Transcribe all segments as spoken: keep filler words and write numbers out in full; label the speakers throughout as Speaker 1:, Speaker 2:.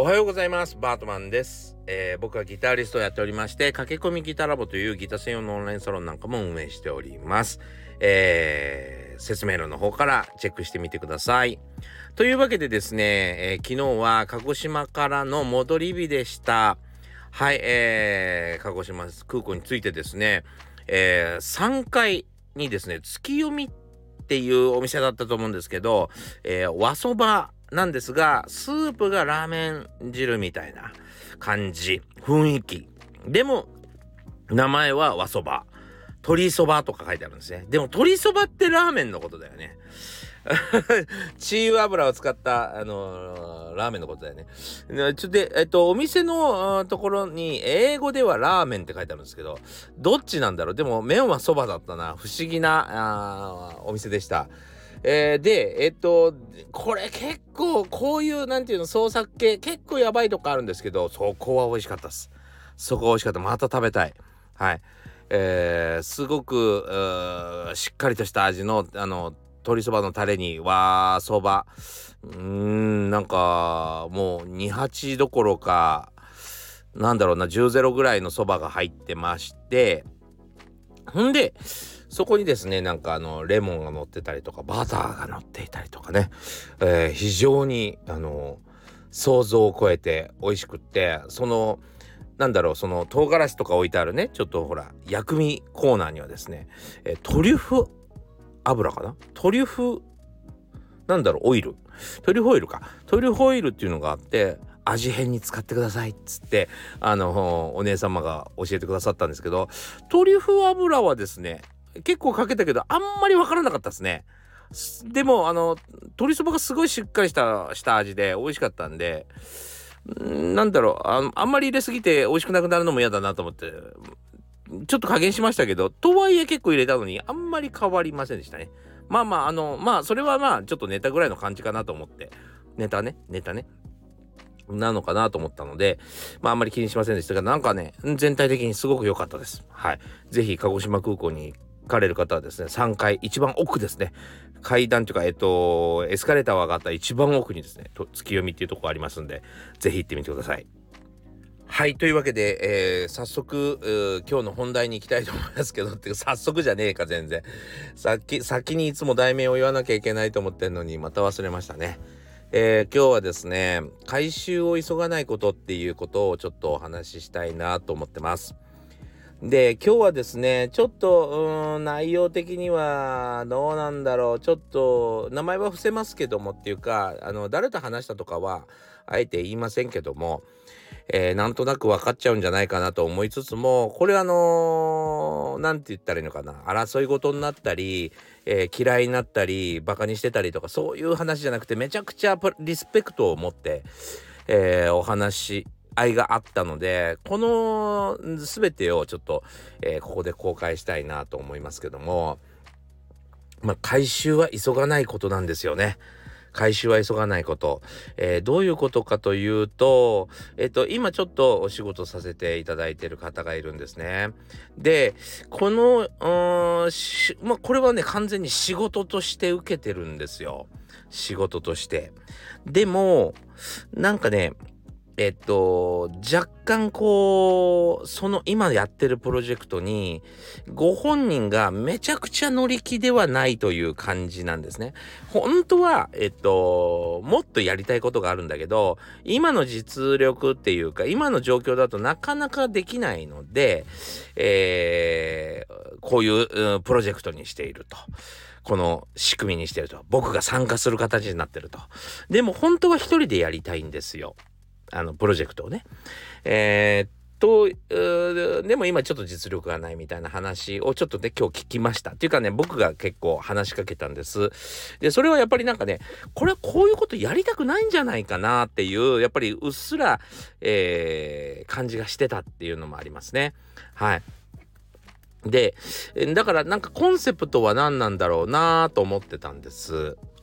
Speaker 1: はようございます。バートマンです。えー、僕はギタリストをやっておりまして、駆け込みギタラボというギター専用のオンラインサロンなんかも運営しております。えー、説明欄の方からチェックしてみてください。というわけでですね、えー、昨日は鹿児島からの戻り日でした。はい、えー、鹿児島空港に着いてですね、えー、さんがいにですね、月読みっていうお店だったと思うんですけど、えー、和そばなんですが、スープがラーメン汁みたいな感じ、雰囲気。でも、名前は和そば。鶏そばとか書いてあるんですね。でも鶏そばってラーメンのことだよね。チー油油を使った、あのー、ラーメンのことだよね。ちょっとで、えっと、お店のところに英語ではラーメンって書いてあるんですけど、どっちなんだろう。でも麺はそばだったな。不思議なお店でした。えー、で、えっと、これ結構こういうなんていうの創作系結構やばいとこあるんですけど、そこは美味しかったです。そこは美味しかった。また食べたい。はい。えー、すごくしっかりとした味のあの鶏そばのタレに和そば、うーんなんかもうにはちどころかなんだろうなじゅうゼロぐらいのそばが入ってまして、ほんでそこにですねなんかあのレモンが乗ってたりとかバターが乗っていたりとかね、えー、非常にあの想像を超えて美味しくって、そのなんだろうその唐辛子とか置いてあるねちょっとほら薬味コーナーにはですね、えー、トリュフ油かなトリュフなんだろうオイルトリュフオイルかトリュフオイルっていうのがあって、味変に使ってくださいっつってあのお姉様が教えてくださったんですけど、トリュフ油はですね結構かけたけどあんまりわからなかったですね。でもあの鶏そばがすごいしっかりしたした味で美味しかったんで、んなんだろう あ, あんまり入れすぎて美味しくなくなるのも嫌だなと思ってちょっと加減しましたけど、とはいえ結構入れたのにあんまり変わりませんでしたね。まあまああのまあそれはまあちょっとネタぐらいの感じかなと思って、ネタねネタねなのかなと思ったので、まああんまり気にしませんでしたが、なんかね全体的にすごく良かったです。はい、ぜひ鹿児島空港に行かれる方はですね、さんがい一番奥ですね、階段というかえっとエスカレーターを上がった一番奥にですねと月読みっていうところありますんで、ぜひ行ってみてください。はい、というわけで、えー、早速今日の本題に行きたいと思いますけど、って早速じゃねえか全然。さっき先にいつも題名を言わなきゃいけないと思ってんのにまた忘れましたね。えー、今日はですね、回収を急がないことっていうことをちょっとお話ししたいなと思ってます。で、今日はですね、ちょっとうーん内容的にはどうなんだろう、ちょっと名前は伏せますけどもっていうか、あの誰と話したとかはあえて言いませんけども、えー、なんとなく分かっちゃうんじゃないかなと思いつつも、これあのー、なんて言ったらいいのかな、争い事になったり、えー、嫌いになったりバカにしてたりとかそういう話じゃなくて、めちゃくちゃリスペクトを持って、えー、お話愛があったので、この全てをちょっと、えー、ここで公開したいなと思いますけども、まあ回収は急がないことなんですよね。回収は急がないこと、えー、どういうことかというと、えっと今ちょっとお仕事させていただいている方がいるんですね。でこのうーんしまあこれはね完全に仕事として受けてるんですよ。仕事として。でもなんかねえっと若干こうその今やってるプロジェクトにご本人がめちゃくちゃ乗り気ではないという感じなんですね。本当はえっともっとやりたいことがあるんだけど、今の実力っていうか今の状況だとなかなかできないので、えー、こういう、うん、プロジェクトにしていると。この仕組みにしてると。僕が参加する形になってると。でも本当は一人でやりたいんですよ。あのプロジェクトをね。えー、っとでも今ちょっと実力がないみたいな話をちょっとね今日聞きました。っていうかね、僕が結構話しかけたんです。でそれはやっぱりなんかね、これはこういうことやりたくないんじゃないかなっていうやっぱりうっすら、えー、感じがしてたっていうのもありますね。はい。でだからなんかコンセプトは何なんだろうなと思ってたんです。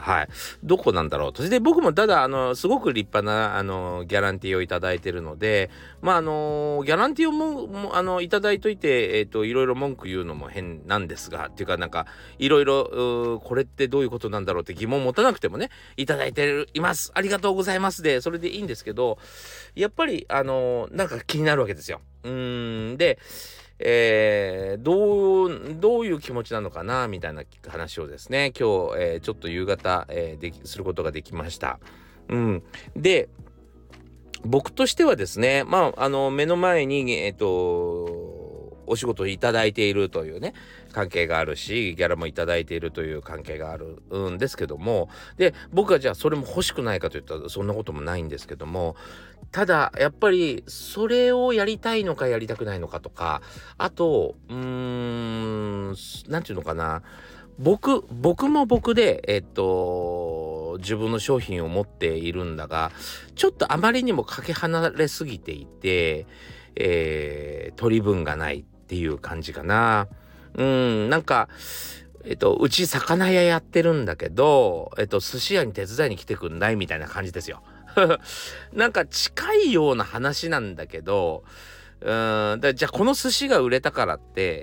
Speaker 1: はい。どこなんだろうと。で、僕もただ、あの、すごく立派な、あの、ギャランティーをいただいてるので、まあ、あの、ギャランティーをも、もあの、いただいといて、えっと、いろいろ文句言うのも変なんですが、っていうか、なんか、いろいろ、うーこれってどういうことなんだろうって疑問を持たなくてもね、いただいてるいます。ありがとうございますで、それでいいんですけど、やっぱり、あの、なんか気になるわけですよ。うーん、で、えー、どう、どういう気持ちなのかなみたいな話をですね、今日、えーちょっと夕方、えーできすることができました。うん。で、僕としてはですね、まあ、あの、目の前に、えっと、お仕事をいただいているというね、関係があるし、ギャラもいただいているという関係があるんですけども、で、僕はじゃあそれも欲しくないかといったらそんなこともないんですけども、ただ、やっぱり、それをやりたいのかやりたくないのかとか、あと、うーん、なんていうのかな、僕、僕も僕で、えっと、自分の商品を持っているんだが、ちょっとあまりにもかけ離れすぎていて、えー取り分がないっていう感じかな。うん、なんか、えっと、うち魚屋やってるんだけど、えっと、寿司屋に手伝いに来てくんないみたいな感じですよ。なんか近いような話なんだけど、うーん、だじゃあこの寿司が売れたからって、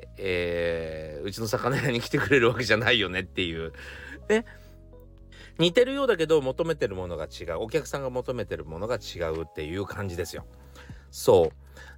Speaker 1: えーうちの魚屋に来てくれるわけじゃないよねっていう。ね、似てるようだけど求めてるものが違う。お客さんが求めてるものが違うっていう感じですよ。そう。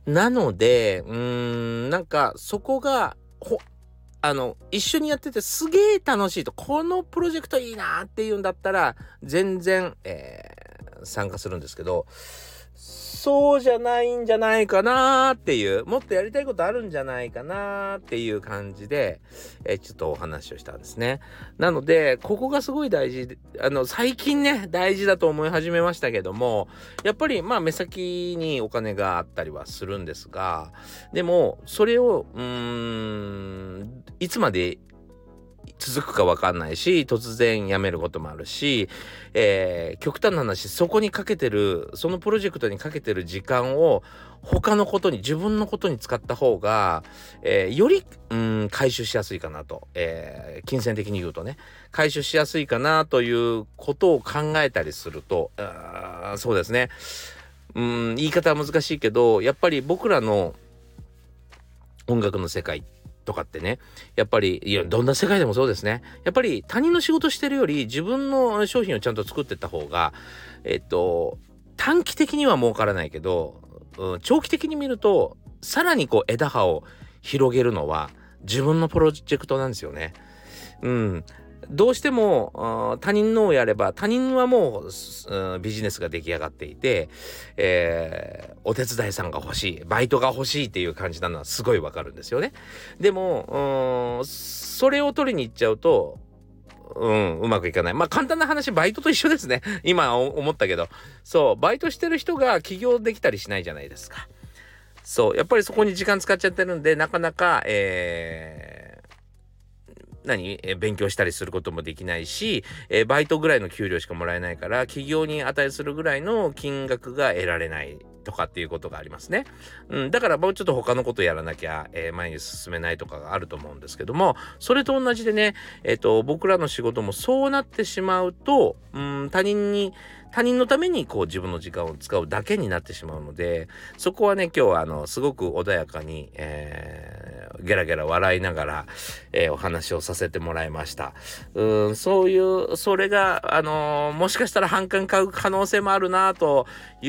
Speaker 1: なので、うーん、なんかそこが、ほ、あの、一緒にやっててすげえ楽しいと、このプロジェクトいいなっていうんだったら、全然、えー参加するんですけど、そうじゃないんじゃないかなーっていう、もっとやりたいことあるんじゃないかなーっていう感じで、えーちょっとお話をしたんですね。なので、ここがすごい大事で、あの、最近ね、大事だと思い始めましたけども、やっぱり、まあ、目先にお金があったりはするんですが、でも、それを、うーん、いつまで続くか分かんないし、突然辞めることもあるし、えー極端な話、そこにかけてる、そのプロジェクトにかけてる時間を他のことに、自分のことに使った方が、えーより、うん、回収しやすいかなと、えー金銭的に言うとね、回収しやすいかなということを考えたりすると、あーそうですね、うん、言い方は難しいけど、やっぱり僕らの音楽の世界とかってね、やっぱり、いや、どんな世界でもそうですね。やっぱり他人の仕事してるより自分の商品をちゃんと作ってった方が、えっと、短期的には儲からないけど、うん、長期的に見ると、さらにこう枝葉を広げるのは自分のプロジェクトなんですよね。うん。どうしてもあー他人のをやれば、他人はもう、すうんビジネスが出来上がっていて、えーお手伝いさんが欲しい、バイトが欲しいっていう感じなのはすごいわかるんですよね。でもうーんそれを取りに行っちゃうと、うん、うまくいかない。まあ簡単な話、バイトと一緒ですね。今お思ったけど、そうバイトしてる人が起業できたりしないじゃないですか。そうやっぱりそこに時間使っちゃってるんで、なかなか、えー何、えー勉強したりすることもできないし、えーバイトぐらいの給料しかもらえないから、企業に値するぐらいの金額が得られないとかっていうことがありますね。うん、だからもうちょっと他のことやらなきゃ、えー前に進めないとかがあると思うんですけども、それと同じでね、えっと、僕らの仕事もそうなってしまうと、うん、他人に、他人のためにこう自分の時間を使うだけになってしまうので、そこはね、今日はあの、すごく穏やかに、えーゲラゲラ笑いながら、えーお話をさせてもらいました。うん、そういう、それが、あのーもしかしたら反感買う可能性もあるなという、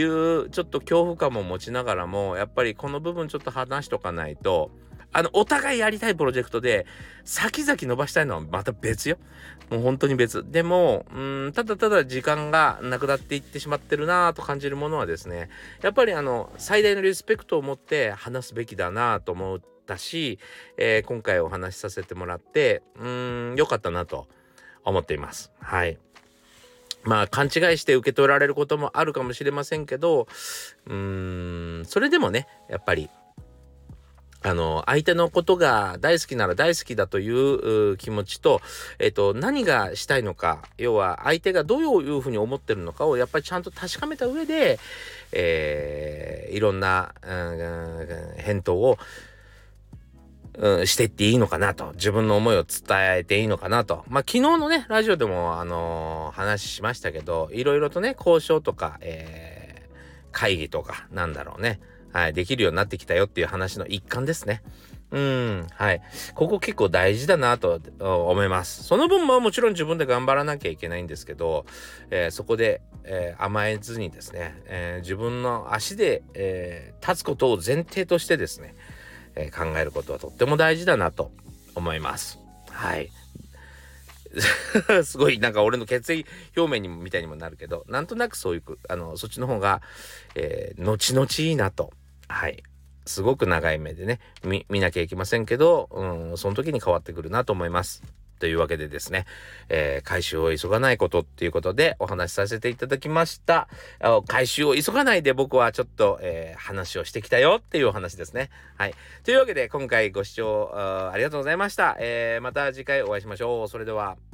Speaker 1: ちょっと恐怖感も持ちながらも、やっぱりこの部分ちょっと話しとかないと、あの、お互いやりたいプロジェクトで、先々伸ばしたいのはまた別よ。もう本当に別。でも、うん、ただただ時間がなくなっていってしまってるなと感じるものはですね、やっぱりあの、最大のリスペクトを持って話すべきだなと思ったし、えー今回お話しさせてもらって、うーん、良かったなと思っています。はい。まあ、勘違いして受け取られることもあるかもしれませんけど、うーん、それでもね、やっぱり、あの、相手のことが大好きなら大好きだというう気持ちと、えっと、何がしたいのか、要は相手がどういうふうに思ってるのかをやっぱりちゃんと確かめた上で、えーいろんな、うん、返答をうん、していっていいのかなと、自分の思いを伝えていいのかなと。まあ昨日のねラジオでもあのー話しましたけど、いろいろとね交渉とか、えー、会議とかなんだろうね、はい、できるようになってきたよっていう話の一環ですね。うん、はい。ここ結構大事だなと思います。その分ももちろん自分で頑張らなきゃいけないんですけど、えー、そこで、えー、甘えずにですね、えー、自分の足で、えー、立つことを前提としてですね、えー、考えることはとっても大事だなと思います。はい。すごいなんか俺の決意表明にもみたいにもなるけど、なんとなくそういうあのそっちの方が、えー、後々いいなと。はい。すごく長い目でね、見、見なきゃいけませんけど、うん、その時に変わってくるなと思います。というわけでですね、えー、回収を急がないことっていうことでお話しさせていただきました。あ回収を急がないで僕はちょっと、えー、話をしてきたよっていうお話ですね。はい。というわけで今回ご視聴 あ, ありがとうございました。えー、また次回お会いしましょう。それでは。